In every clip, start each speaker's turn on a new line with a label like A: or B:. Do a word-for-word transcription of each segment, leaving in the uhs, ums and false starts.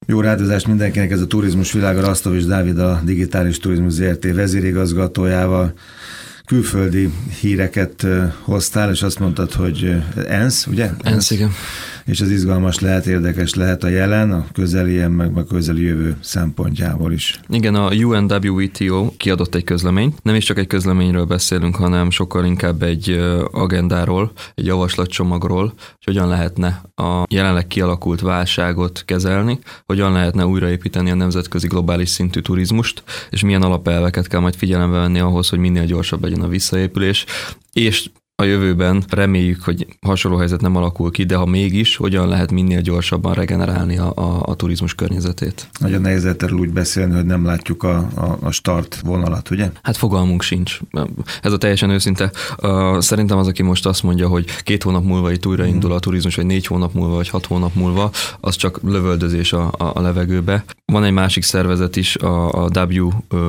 A: Jó rádozást mindenkinek, ez a Turizmus Világa, Rasztovics Dávid, a Digitális Turizmus zé er té vezérigazgatójával. Külföldi híreket hoztál, és azt mondtad, hogy ENSZ, ugye?
B: ENSZ, igen.
A: És az izgalmas lehet, érdekes lehet a jelen, a közeli, meg a közeli jövő szempontjából is.
B: Igen, a U N W E T O kiadott egy közleményt. Nem is csak egy közleményről beszélünk, hanem sokkal inkább egy agendáról, egy javaslatcsomagról, hogy hogyan lehetne a jelenleg kialakult válságot kezelni, hogyan lehetne újraépíteni a nemzetközi globális szintű turizmust, és milyen alapelveket kell majd figyelembe venni ahhoz, hogy minél gyorsabb legyen a visszaépülés, és a jövőben reméljük, hogy hasonló helyzet nem alakul ki, de ha mégis, hogyan lehet minél gyorsabban regenerálni a, a, a turizmus környezetét.
A: Nagyon nehéz erről úgy beszélni, hogy nem látjuk a, a, a start vonalat, ugye?
B: Hát fogalmunk sincs. Ez a teljesen őszinte. Szerintem az, aki most azt mondja, hogy két hónap múlva itt újraindul a turizmus, vagy négy hónap múlva, vagy hat hónap múlva, az csak lövöldözés a, a, a levegőbe. Van egy másik szervezet is, a, a W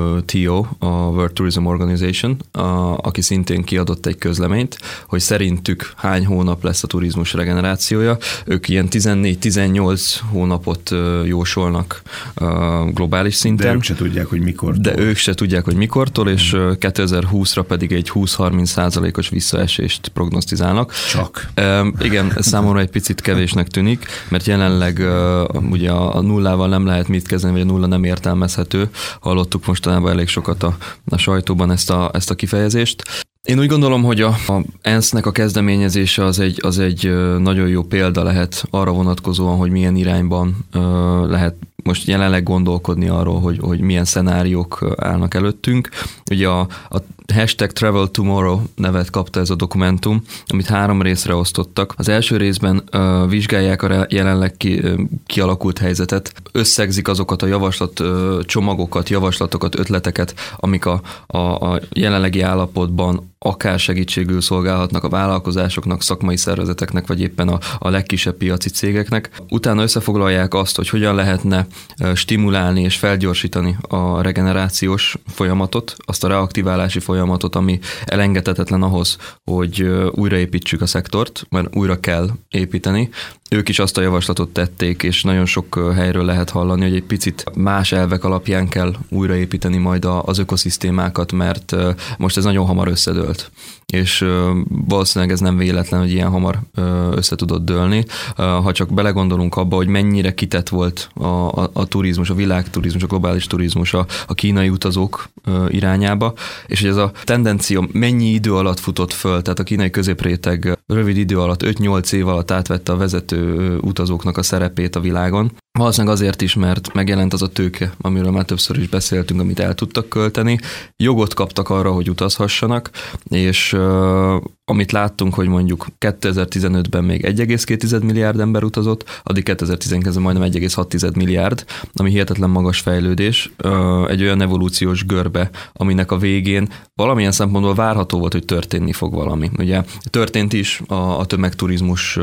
B: T O, a World Tourism Organization, a, aki szintén kiadott egy közleményt, hogy szerintük hány hónap lesz a turizmus regenerációja. Ők ilyen tizennégy-tizennyolc hónapot jósolnak globális szinten.
A: De ők se tudják, hogy mikortól.
B: De ők se tudják, hogy mikortól, és kétezer-húszra pedig egy húsz-harminc százalékos visszaesést prognosztizálnak.
A: Csak.
B: E, igen, ez számomra egy picit kevésnek tűnik, mert jelenleg ugye a nullával nem lehet mit kezdeni, vagy a nulla nem értelmezhető. Hallottuk mostanában elég sokat a, a sajtóban ezt a, ezt a kifejezést. Én úgy gondolom, hogy a, a ENSZ-nek a kezdeményezése az egy, az egy nagyon jó példa lehet arra vonatkozóan, hogy milyen irányban uh, lehet most jelenleg gondolkodni arról, hogy, hogy milyen szenáriók állnak előttünk. Ugye a, a hashtag Travel Tomorrow nevet kapta ez a dokumentum, amit három részre osztottak. Az első részben uh, vizsgálják a jelenleg ki, uh, kialakult helyzetet, összegzik azokat a javaslat uh, csomagokat, javaslatokat, ötleteket, amik a, a, a jelenlegi állapotban akár segítségül szolgálhatnak a vállalkozásoknak, szakmai szervezeteknek, vagy éppen a, a legkisebb piaci cégeknek. Utána összefoglalják azt, hogy hogyan lehetne stimulálni és felgyorsítani a regenerációs folyamatot, azt a reaktiválási folyamatot, ami elengedhetetlen ahhoz, hogy újraépítsük a szektort, mert újra kell építeni. Ők is azt a javaslatot tették, és nagyon sok helyről lehet hallani, hogy egy picit más elvek alapján kell újraépíteni majd az ökoszisztémákat, mert most ez nagyon hamar összedőlt. És valószínűleg ez nem véletlen, hogy ilyen hamar össze tudott dőlni. Ha csak belegondolunk abba, hogy mennyire kitett volt a, a, a turizmus, a világturizmus, a globális turizmus a, a kínai utazók irányába, és hogy ez a tendencia mennyi idő alatt futott föl, tehát a kínai középréteg rövid idő alatt, öt-nyolc év alatt átvette a vezető utazóknak a szerepét a világon. Valószínűleg azért is, mert megjelent az a tőke, amiről már többször is beszéltünk, amit el tudtak költeni. Jogot kaptak arra, hogy utazhassanak, és uh, amit láttunk, hogy mondjuk kétezer-tizenötben még egy egész két milliárd ember utazott, addig kétezer-tizenkilencben majdnem egy egész hat milliárd, ami hihetetlen magas fejlődés, uh, egy olyan evolúciós görbe, aminek a végén valamilyen szempontból várható volt, hogy történni fog valami. Ugye történt is a, a tömegturizmus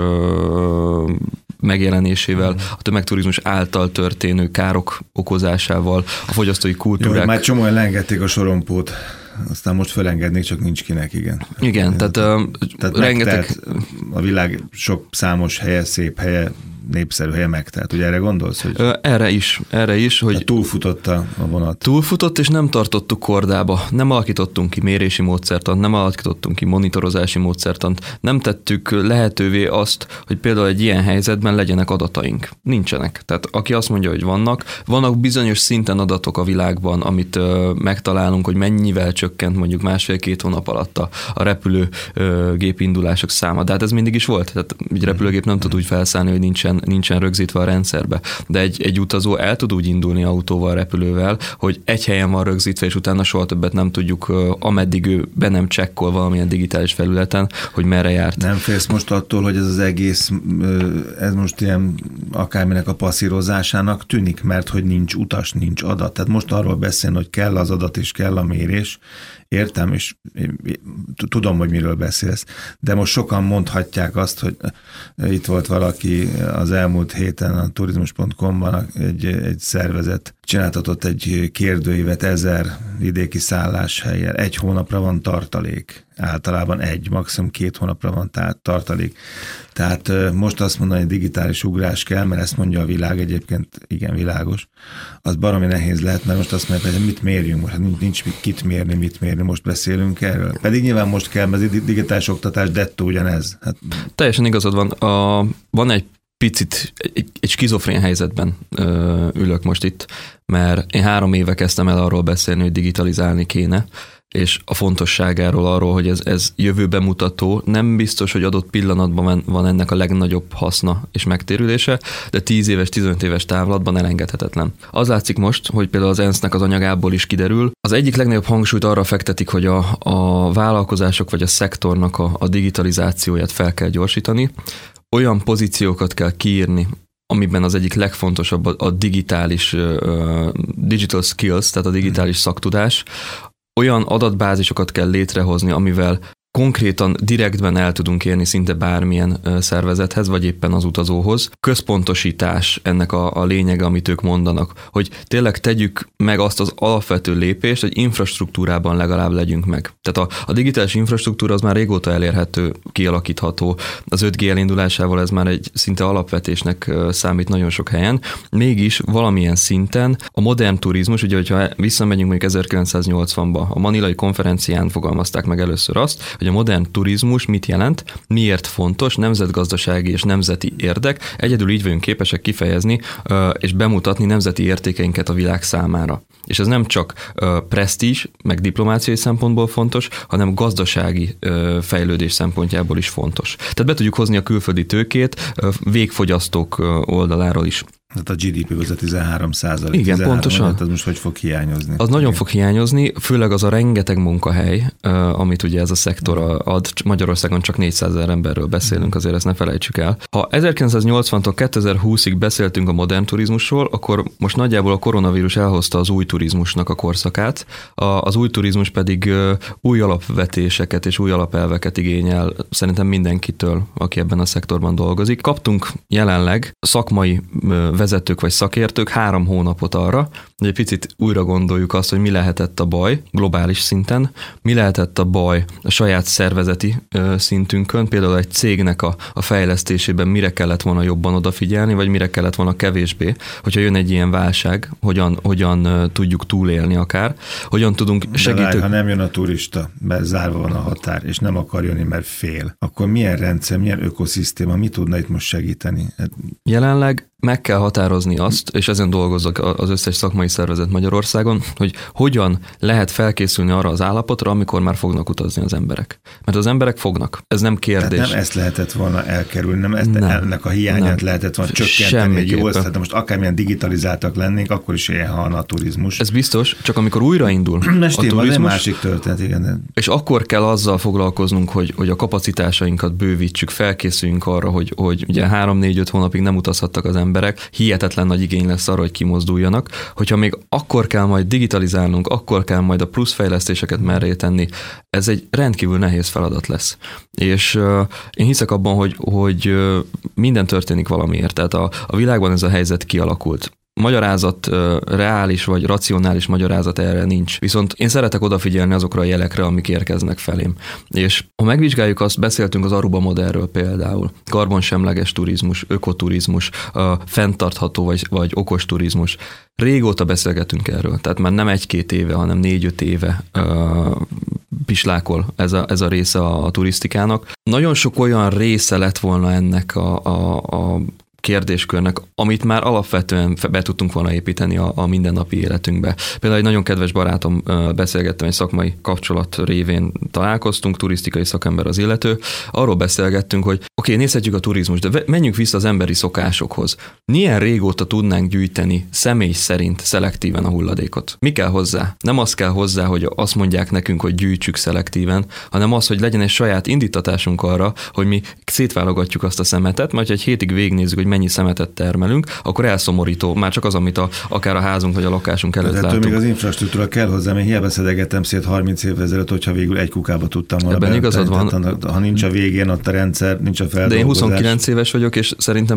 B: uh, megjelenésével, a tömegturizmus által történő károk okozásával, a fogyasztói kultúrák.
A: Jó, már csomóan leengedték a sorompót, aztán most felengednék, csak nincs kinek, igen.
B: Igen, tehát,
A: tehát
B: rengeteg...
A: a világ sok számos helye, szép helye, népszerű helye megtelt. Ugye erre gondolsz? Hogy
B: erre is, erre is, hogy
A: tehát túlfutott a vonat.
B: Túlfutott, és nem tartottuk kordába. Nem alakítottunk ki mérési módszertant, nem alakítottunk ki monitorozási módszertant, nem tettük lehetővé azt, hogy például egy ilyen helyzetben legyenek adataink. Nincsenek. Tehát aki azt mondja, hogy vannak, vannak bizonyos szinten adatok a világban, amit ö, megtalálunk, hogy mennyivel csökkent mondjuk másfél-két hónap alatt a, a repülőgépindulások száma. De hát ez mindig is volt. Tehát egy repülőgép nem tud úgy felszállni, hogy nincsen nincsen rögzítve a rendszerbe. De egy, egy utazó el tud úgy indulni autóval, repülővel, hogy egy helyen van rögzítve, és utána soha többet nem tudjuk, ameddig ő be nem csekkol valamilyen digitális felületen, hogy merre járt.
A: Nem félsz most attól, hogy ez az egész, ez most ilyen akárminek a passzírozásának tűnik, mert hogy nincs utas, nincs adat. Tehát most arról beszélni, hogy kell az adat és kell a mérés, értem, és tudom, hogy miről beszélsz, de most sokan mondhatják azt, hogy itt volt valaki a az elmúlt héten a turizmus pont com-ban egy, egy szervezet csináltatott egy kérdőívet ezer vidéki szálláshelyel. Egy hónapra van tartalék. Általában egy, maximum két hónapra van tartalék. Tehát most azt mondani, hogy digitális ugrás kell, mert ezt mondja a világ, egyébként igen világos, az baromi nehéz lehet, mert most azt mondja, hogy mit mérjünk most, nincs, nincs kit mérni, mit mérni, most beszélünk erről. Pedig nyilván most kell, mert ez digitális oktatás dettó ugyanez. Hát...
B: Teljesen igazad van. A, van egy picit, egy, egy skizofrén helyzetben ö, ülök most itt, mert én három éve kezdtem el arról beszélni, hogy digitalizálni kéne, és a fontosságáról arról, hogy ez, ez jövőbe mutató, nem biztos, hogy adott pillanatban van ennek a legnagyobb haszna és megtérülése, de tíz éves, tizenöt éves távlatban elengedhetetlen. Az látszik most, hogy például az ENSZ-nek az anyagából is kiderül, az egyik legnagyobb hangsúlyt arra fektetik, hogy a, a vállalkozások vagy a szektornak a, a digitalizációját fel kell gyorsítani, olyan pozíciókat kell kiírni, amiben az egyik legfontosabb a, a digitális uh, digital skills, tehát a digitális szaktudás, olyan adatbázisokat kell létrehozni, amivel konkrétan direktben el tudunk érni szinte bármilyen szervezethez, vagy éppen az utazóhoz. Központosítás ennek a, a lényege, amit ők mondanak, hogy tényleg tegyük meg azt az alapvető lépést, hogy infrastruktúrában legalább legyünk meg. Tehát a, a digitális infrastruktúra az már régóta elérhető, kialakítható. Az öt G elindulásával ez már egy szinte alapvetésnek számít nagyon sok helyen. Mégis valamilyen szinten a modern turizmus, ugye, hogyha visszamegyünk mondjuk ezerkilencszáznyolcvanba, a manilai konferencián fogalmazták meg először azt, hogy a modern turizmus mit jelent, miért fontos, nemzetgazdasági és nemzeti érdek, egyedül így vagyunk képesek kifejezni és bemutatni nemzeti értékeinket a világ számára. És ez nem csak presztízs, meg diplomáciai szempontból fontos, hanem gazdasági fejlődés szempontjából is fontos. Tehát be tudjuk hozni a külföldi tőkét végfogyasztók oldaláról is.
A: Tehát a gé dé pé-ből a tizenhárom százalék.
B: Igen, tizenhárom, pontosan.
A: Az most hogy fog hiányozni?
B: Az nagyon fog hiányozni, főleg az a rengeteg munkahely, amit ugye ez a szektor ad. Magyarországon csak négyszázezer emberről beszélünk, azért ezt ne felejtsük el. Ha ezerkilencszáznyolcvantól kétezer-húszig beszéltünk a modern turizmusról, akkor most nagyjából a koronavírus elhozta az új turizmusnak a korszakát. Az új turizmus pedig új alapvetéseket és új alapelveket igényel szerintem mindenkitől, aki ebben a szektorban dolgozik. Kaptunk jelenleg szakmai vezetők vagy szakértők három hónapot arra, hogy egy picit újra gondoljuk azt, hogy mi lehetett a baj globális szinten, mi lehetett a baj a saját szervezeti szintünkön, például egy cégnek a, a fejlesztésében mire kellett volna jobban odafigyelni, vagy mire kellett volna kevésbé, hogyha jön egy ilyen válság, hogyan, hogyan tudjuk túlélni akár, hogyan tudunk segíteni.
A: Ha nem jön a turista, mert zárva van a határ, és nem akar jönni, mert fél, akkor milyen rendszer, milyen ökoszisztéma, mi tudna itt most segíteni?
B: Jelenleg meg kell határozni azt, és ezen dolgozok az összes szakmai szervezet Magyarországon, hogy hogyan lehet felkészülni arra az állapotra, amikor már fognak utazni az emberek. Mert az emberek fognak. Ez nem kérdés.
A: Tehát nem ezt lehetett volna elkerülni, nem, ezt, nem ennek a hiányát nem. lehetett volna csökkenteni egy jó összet, de most akármilyen digitalizáltak lennénk, akkor is ilyen halna a turizmus.
B: Ez biztos, csak amikor újraindul
A: a turizmus. Ez
B: másik
A: történet, igen.
B: És akkor kell azzal foglalkoznunk, hogy, hogy a kapacitásainkat bővítsük, felkészüljünk arra, hogy, hogy ugye három-négy-öt hónapig nem utazhattak az emberek, hihetetlen nagy igény lesz arra, hogy kimozduljanak. Hogyha még akkor kell majd digitalizálnunk, akkor kell majd a plusz fejlesztéseket merré tenni, ez egy rendkívül nehéz feladat lesz. És uh, én hiszek abban, hogy, hogy uh, minden történik valamiért. Tehát a, a világban ez a helyzet kialakult. Magyarázat, reális vagy racionális magyarázat erre nincs. Viszont én szeretek odafigyelni azokra a jelekre, amik érkeznek felém. És ha megvizsgáljuk azt, beszéltünk az Aruba modellről például, karbonsemleges turizmus, ökoturizmus, fenntartható vagy, vagy okos turizmus. Régóta beszélgetünk erről, tehát már nem egy-két éve, hanem négy-öt éve uh, pislákol ez a, ez a része a, a turisztikának. Nagyon sok olyan része lett volna ennek a, a, a kérdéskörnek, amit már alapvetően be tudtunk volna építeni a, a mindennapi életünkbe. Például egy nagyon kedves barátom beszélgettem, egy szakmai kapcsolat révén találkoztunk, turisztikai szakember az illető, arról beszélgettünk, hogy oké, okay, nézhetjük a turizmus, de menjünk vissza az emberi szokásokhoz. Milyen régóta tudnánk gyűjteni személy szerint szelektíven a hulladékot? Mi kell hozzá? Nem az kell hozzá, hogy azt mondják nekünk, hogy gyűjtsük szelektíven, hanem az, hogy legyen egy saját indítatásunk arra, hogy mi szétválogatjuk azt a szemetet, majd egy hétig végignézzük, hogy mennyi szemetet termelünk, akkor elszomorító, már csak az, amit a, akár a házunk vagy a lakásunk előtt látunk.
A: Tehát még az infrastruktúra kell hozzá, mert hiába szedegettem szét harminc évvel ezelőtt, hogyha végül egy kukába tudtam volna.
B: Ebben igazad van.
A: Tehát, ha nincs a végén ott a rendszer, nincs a feldolgozás.
B: De én huszonkilenc éves vagyok, és szerintem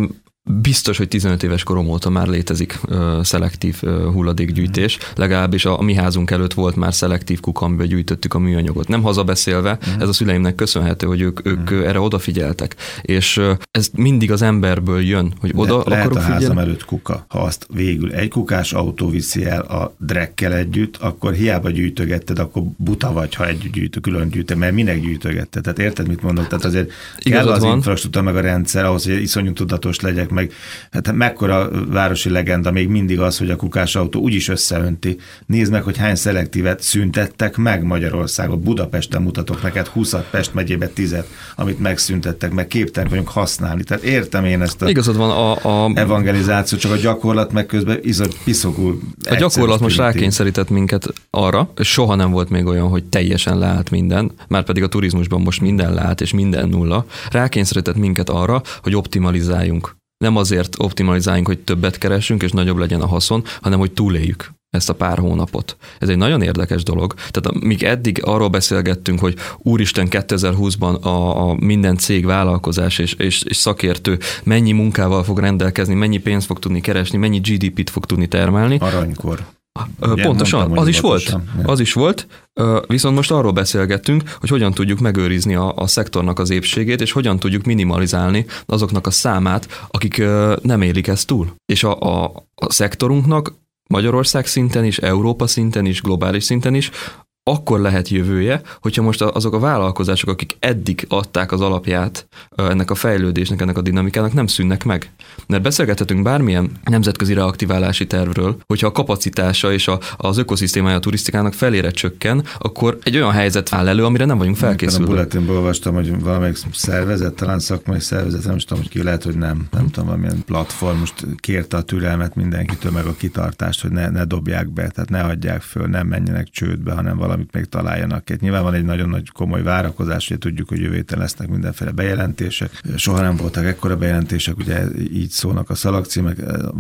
B: Biztos, hogy tizenöt éves korom óta már létezik ö, szelektív ö, hulladékgyűjtés, legalábbis a, a mi házunk előtt volt már szelektív kuka, amiben gyűjtöttük a műanyagot. Nem hazabeszélve, mm. ez a szüleimnek köszönhető, hogy ők, ők mm. erre odafigyeltek. És ö, ez mindig az emberből jön, hogy oda
A: de
B: akarok
A: figyelni. Lehet a házam
B: figyelni.
A: előtt kuka. Ha azt végül egy kukás autó viszi el a drekkel együtt, akkor hiába gyűjtögetted, akkor buta vagy, ha együtt gyűjtő, külön gyűjtő, mert minek gyűjtögetted? Tehát érted, mit mondok? Tehát azért kell az infrastruktúra meg a rendszer ahhoz, hogy iszonyú tudatos legyek, meg hát mekkora városi legenda még mindig az, hogy a kukás autó úgyis összeönti. Nézd meg, hogy hány szelektívet szüntettek meg Magyarországon. Budapesten mutatok neked húszat, Pest megyébe tízet, amit megszüntettek, meg képtelen vagyunk használni. Tehát értem én ezt a,
B: Igazad van, a, a
A: evangelizáció, csak a gyakorlat meg közben piszokul.
B: A gyakorlat most rákényszerített minket arra, és soha nem volt még olyan, hogy teljesen leállt minden, már pedig a turizmusban most minden leállt, és minden nulla. Rákényszerített minket arra, hogy optimalizáljunk. Nem azért optimalizáljunk, hogy többet keresünk, és nagyobb legyen a haszon, hanem hogy túléljük ezt a pár hónapot. Ez egy nagyon érdekes dolog. Tehát míg eddig arról beszélgettünk, hogy úristen kétezer-húszban a, a minden cég, vállalkozás és, és, és szakértő mennyi munkával fog rendelkezni, mennyi pénzt fog tudni keresni, mennyi gé dé pét fog tudni termelni.
A: Aranykor.
B: Ugye, pontosan, mondtam, az is volt. Az is volt, viszont most arról beszélgettünk, hogy hogyan tudjuk megőrizni a, a szektornak az épségét, és hogyan tudjuk minimalizálni azoknak a számát, akik nem élik ezt túl. És a, a, a szektorunknak Magyarország szinten is, Európa szinten is, globális szinten is akkor lehet jövője, hogyha most azok a vállalkozások, akik eddig adták az alapját ennek a fejlődésnek, ennek a dinamikának, nem szűnnek meg. Mert beszélgethetünk bármilyen nemzetközi reaktiválási tervről, hogyha a kapacitása és a, az ökoszisztémája a turisztikának felére csökken, akkor egy olyan helyzet áll elő, amire nem vagyunk felkészülve.
A: A bulletinból olvastam, hogy valamelyik szervezet, talán szakmai szervezet, nem is tudom, hogy ki, lehet, hogy nem, nem tudom, valamilyen platform most kérte a türelmet mindenkitől, meg a kitartást, hogy ne, ne dobják be, tehát ne adják föl, nem menjenek csődbe, hanem valami amit még találjanak. Itt nyilván van egy nagyon nagy komoly várakozás, hogy tudjuk, hogy jövő héten lesznek mindenféle bejelentések. Soha nem voltak ekkora bejelentések, ugye így szólnak a szalagcímek.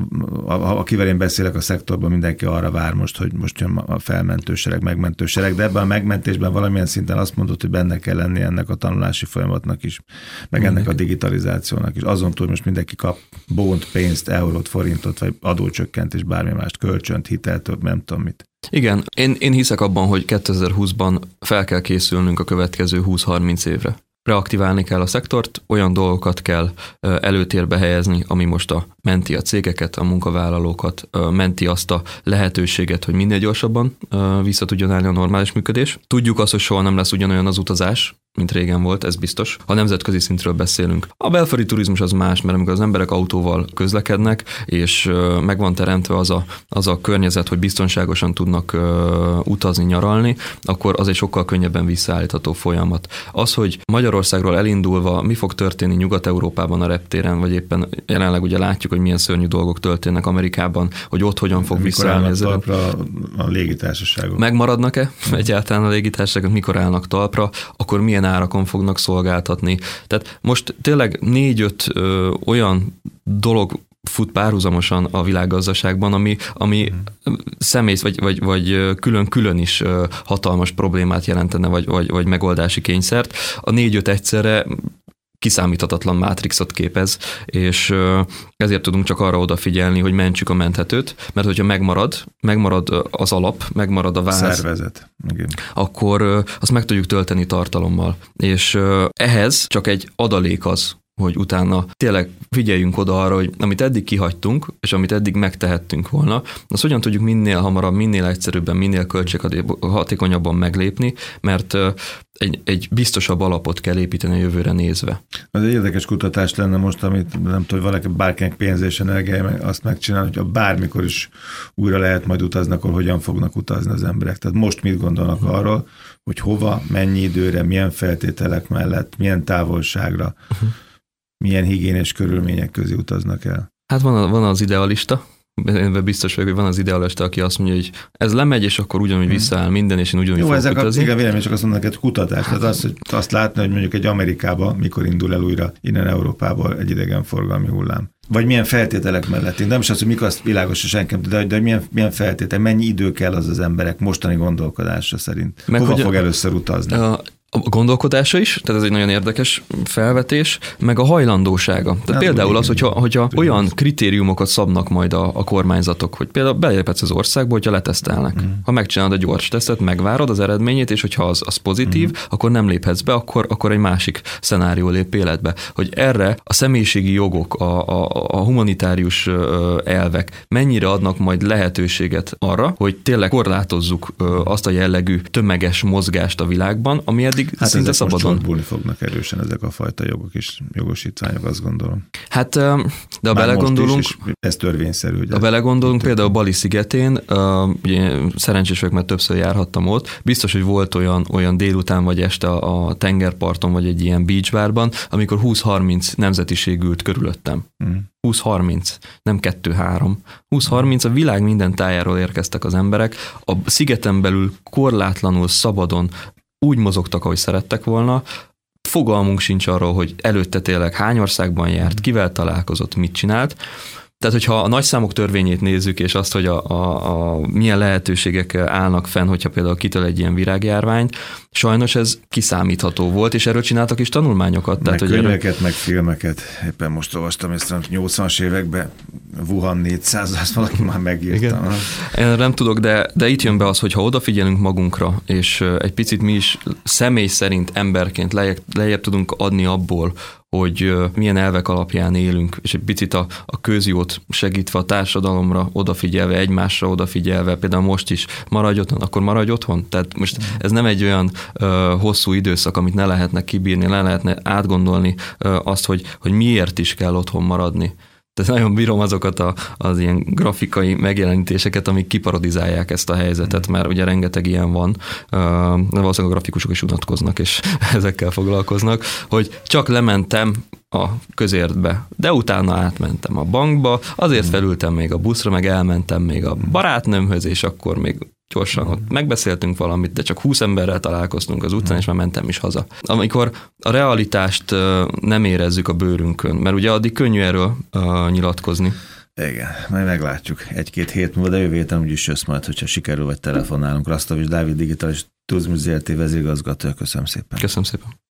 A: Akivel én beszélek a szektorban, mindenki arra vár most, hogy most jön a felmentősereg, megmentősereg, de ebben a megmentésben valamilyen szinten azt mondod, hogy benne kell lenni ennek a tanulási folyamatnak is, meg ennek a digitalizációnak is. Azon túl most mindenki kap bónt, pénzt, eurót, forintot, vagy adócsökkent és bármi mást, kölcsönt, hitelt, nem tudom mit.
B: Igen, én, én hiszek abban, hogy kétezer-húszban fel kell készülnünk a következő húsz-harminc évre. Reaktiválni kell a szektort, olyan dolgokat kell előtérbe helyezni, ami most a, menti a cégeket, a munkavállalókat, menti azt a lehetőséget, hogy minél gyorsabban vissza tudjon állni a normális működés. Tudjuk azt, hogy soha nem lesz ugyanolyan az utazás, mint régen volt, ez biztos. Ha nemzetközi szintről beszélünk. A belföldi turizmus az más, mert amikor az emberek autóval közlekednek, és meg van teremtve az a, az a környezet, hogy biztonságosan tudnak uh, utazni, nyaralni, akkor az egy sokkal könnyebben visszaállítható folyamat. Az, hogy Magyarországról elindulva mi fog történni Nyugat-Európában a reptéren, vagy éppen jelenleg ugye látjuk, hogy milyen szörnyű dolgok történnek Amerikában, hogy ott hogyan fog visszaállni.
A: Mikor állnak talpra a légitársaságok?
B: Megmaradnak-e egyáltalán a légitársaságok, mikor állnak talpra, akkor milyen árakon fognak szolgáltatni. Tehát most tényleg négy-öt ö, olyan dolog fut párhuzamosan a világgazdaságban, ami, ami hmm. személy vagy, vagy, vagy külön-külön is hatalmas problémát jelentene, vagy, vagy, vagy megoldási kényszert. A négy-öt egyszerre kiszámíthatatlan mátrixot képez, és ezért tudunk csak arra odafigyelni, hogy mentsük a menthetőt, mert hogyha megmarad, megmarad az alap, megmarad a váz,
A: szervezet. Igen.
B: Akkor azt meg tudjuk tölteni tartalommal. És ehhez csak egy adalék az, hogy utána tényleg figyeljünk oda arra, hogy amit eddig kihagytunk, és amit eddig megtehettünk volna, azt hogyan tudjuk minél hamarabb, minél egyszerűbben, minél költséghatékonyabban meglépni, mert egy, egy biztosabb alapot kell építeni a jövőre nézve.
A: Ez egy érdekes kutatás lenne most, amit nem tudom, hogy valaki bárkinek pénz és energiája azt megcsinálni, hogy bármikor is újra lehet majd utazni, akkor hogyan fognak utazni az emberek. Tehát most mit gondolnak uh-huh. arról, hogy hova, mennyi időre, milyen feltételek mellett, milyen távolságra, uh-huh. milyen higiénés körülmények közé utaznak el?
B: Hát van, van az idealista, én biztos vagyok, hogy van az idealista, aki azt mondja, hogy ez lemegy, és akkor ugyanúgy visszaáll minden, és én ugyanúgy
A: Jó,
B: fogok
A: ezek
B: utazni.
A: Jó, ezek a vélemény csak azt mondanak, hogy kutatás. Tehát azt, hogy azt látni, hogy mondjuk egy Amerikában mikor indul el újra innen Európából egy idegenforgalmi hullám. Vagy milyen feltételek mellett. Én nem is az, hogy mikor azt világos, hogy senki, de, de milyen, milyen feltétel, mennyi idő kell az az emberek mostani gondolkodása szerint. Meg Hova fog először utazni?
B: A, A gondolkodása is, tehát ez egy nagyon érdekes felvetés, meg a hajlandósága. Tehát hát, például az, hogyha, hogyha olyan kritériumokat szabnak majd a, a kormányzatok, hogy például beléphetsz az országba, hogyha letesztelnek. Mm. Ha megcsinálod a gyors tesztet, megvárod az eredményét, és hogyha az, az pozitív, mm. akkor nem léphetsz be, akkor, akkor egy másik szenárió lép életbe. Hogy erre a személyiségi jogok, a, a, a humanitárius elvek mennyire adnak majd lehetőséget arra, hogy tényleg korlátozzuk azt a jellegű tömeges mozgást a világban, ami eddig
A: hát
B: szinte szabadon.
A: Most csorbulni fognak erősen ezek a fajta jogok és jogosítványok, azt gondolom.
B: Hát, de ha belegondolunk,
A: is, ez törvényszerű.
B: Ha belegondolunk, például Bali szigetén, ugye szerencsés vagyok, mert többször járhattam ott, biztos, hogy volt olyan, olyan délután vagy este a tengerparton, vagy egy ilyen beachbárban, amikor húsz-harminc nemzetiség ült körülöttem. Mm. húsz-harminc, nem kettő-három. húsz-harminc, a világ minden tájáról érkeztek az emberek, a szigeten belül korlátlanul, szabadon úgy mozogtak, ahogy szerettek volna, fogalmunk sincs arról, hogy előtte tényleg hány országban járt, kivel találkozott, mit csinált. Tehát, hogyha a nagyszámok törvényét nézzük, és azt, hogy a, a, a milyen lehetőségek állnak fenn, hogyha például kitöl egy ilyen virágjárványt, sajnos ez kiszámítható volt, és erről csináltak is tanulmányokat.
A: Meg
B: tehát, hogy
A: könyveket,
B: erről...
A: meg filmeket. Éppen most olvastam ezt a nyolcvanas években, Wuhan négyszáz, azt valaki már megírta.
B: Én nem tudok, de, de itt jön be az, hogy ha odafigyelünk magunkra, és egy picit mi is személy szerint emberként lejjebb, lejjebb tudunk adni abból, hogy milyen elvek alapján élünk, és egy picit a, a közjót segítve, a társadalomra odafigyelve, egymásra odafigyelve, például most is maradj otthon, akkor maradj otthon. Tehát most ez nem egy olyan uh, hosszú időszak, amit ne lehetne kibírni, ne lehetne átgondolni uh, azt, hogy, hogy miért is kell otthon maradni. Tehát nagyon bírom azokat a, az ilyen grafikai megjelenítéseket, amik kiparodizálják ezt a helyzetet, mert ugye rengeteg ilyen van, de valószínűleg a grafikusok is unatkoznak, és ezekkel foglalkoznak, hogy csak lementem a közértbe, de utána átmentem a bankba, azért felültem még a buszra, meg elmentem még a barátnőmhöz, és akkor még gyorsan ott megbeszéltünk valamit, de csak húsz emberrel találkoztunk az utcán, és már mentem is haza. Amikor a realitást nem érezzük a bőrünkön, mert ugye addig könnyű erről uh, nyilatkozni.
A: Igen, majd meglátjuk egy-két hét múlva, de jövő héten úgyis jössz majd, hogyha sikerül, vagy telefonálunk. Rasztavics Dávid, Digitális Turizmus Zé er té vezérigazgatója, köszönöm szépen.
B: Köszönöm szépen.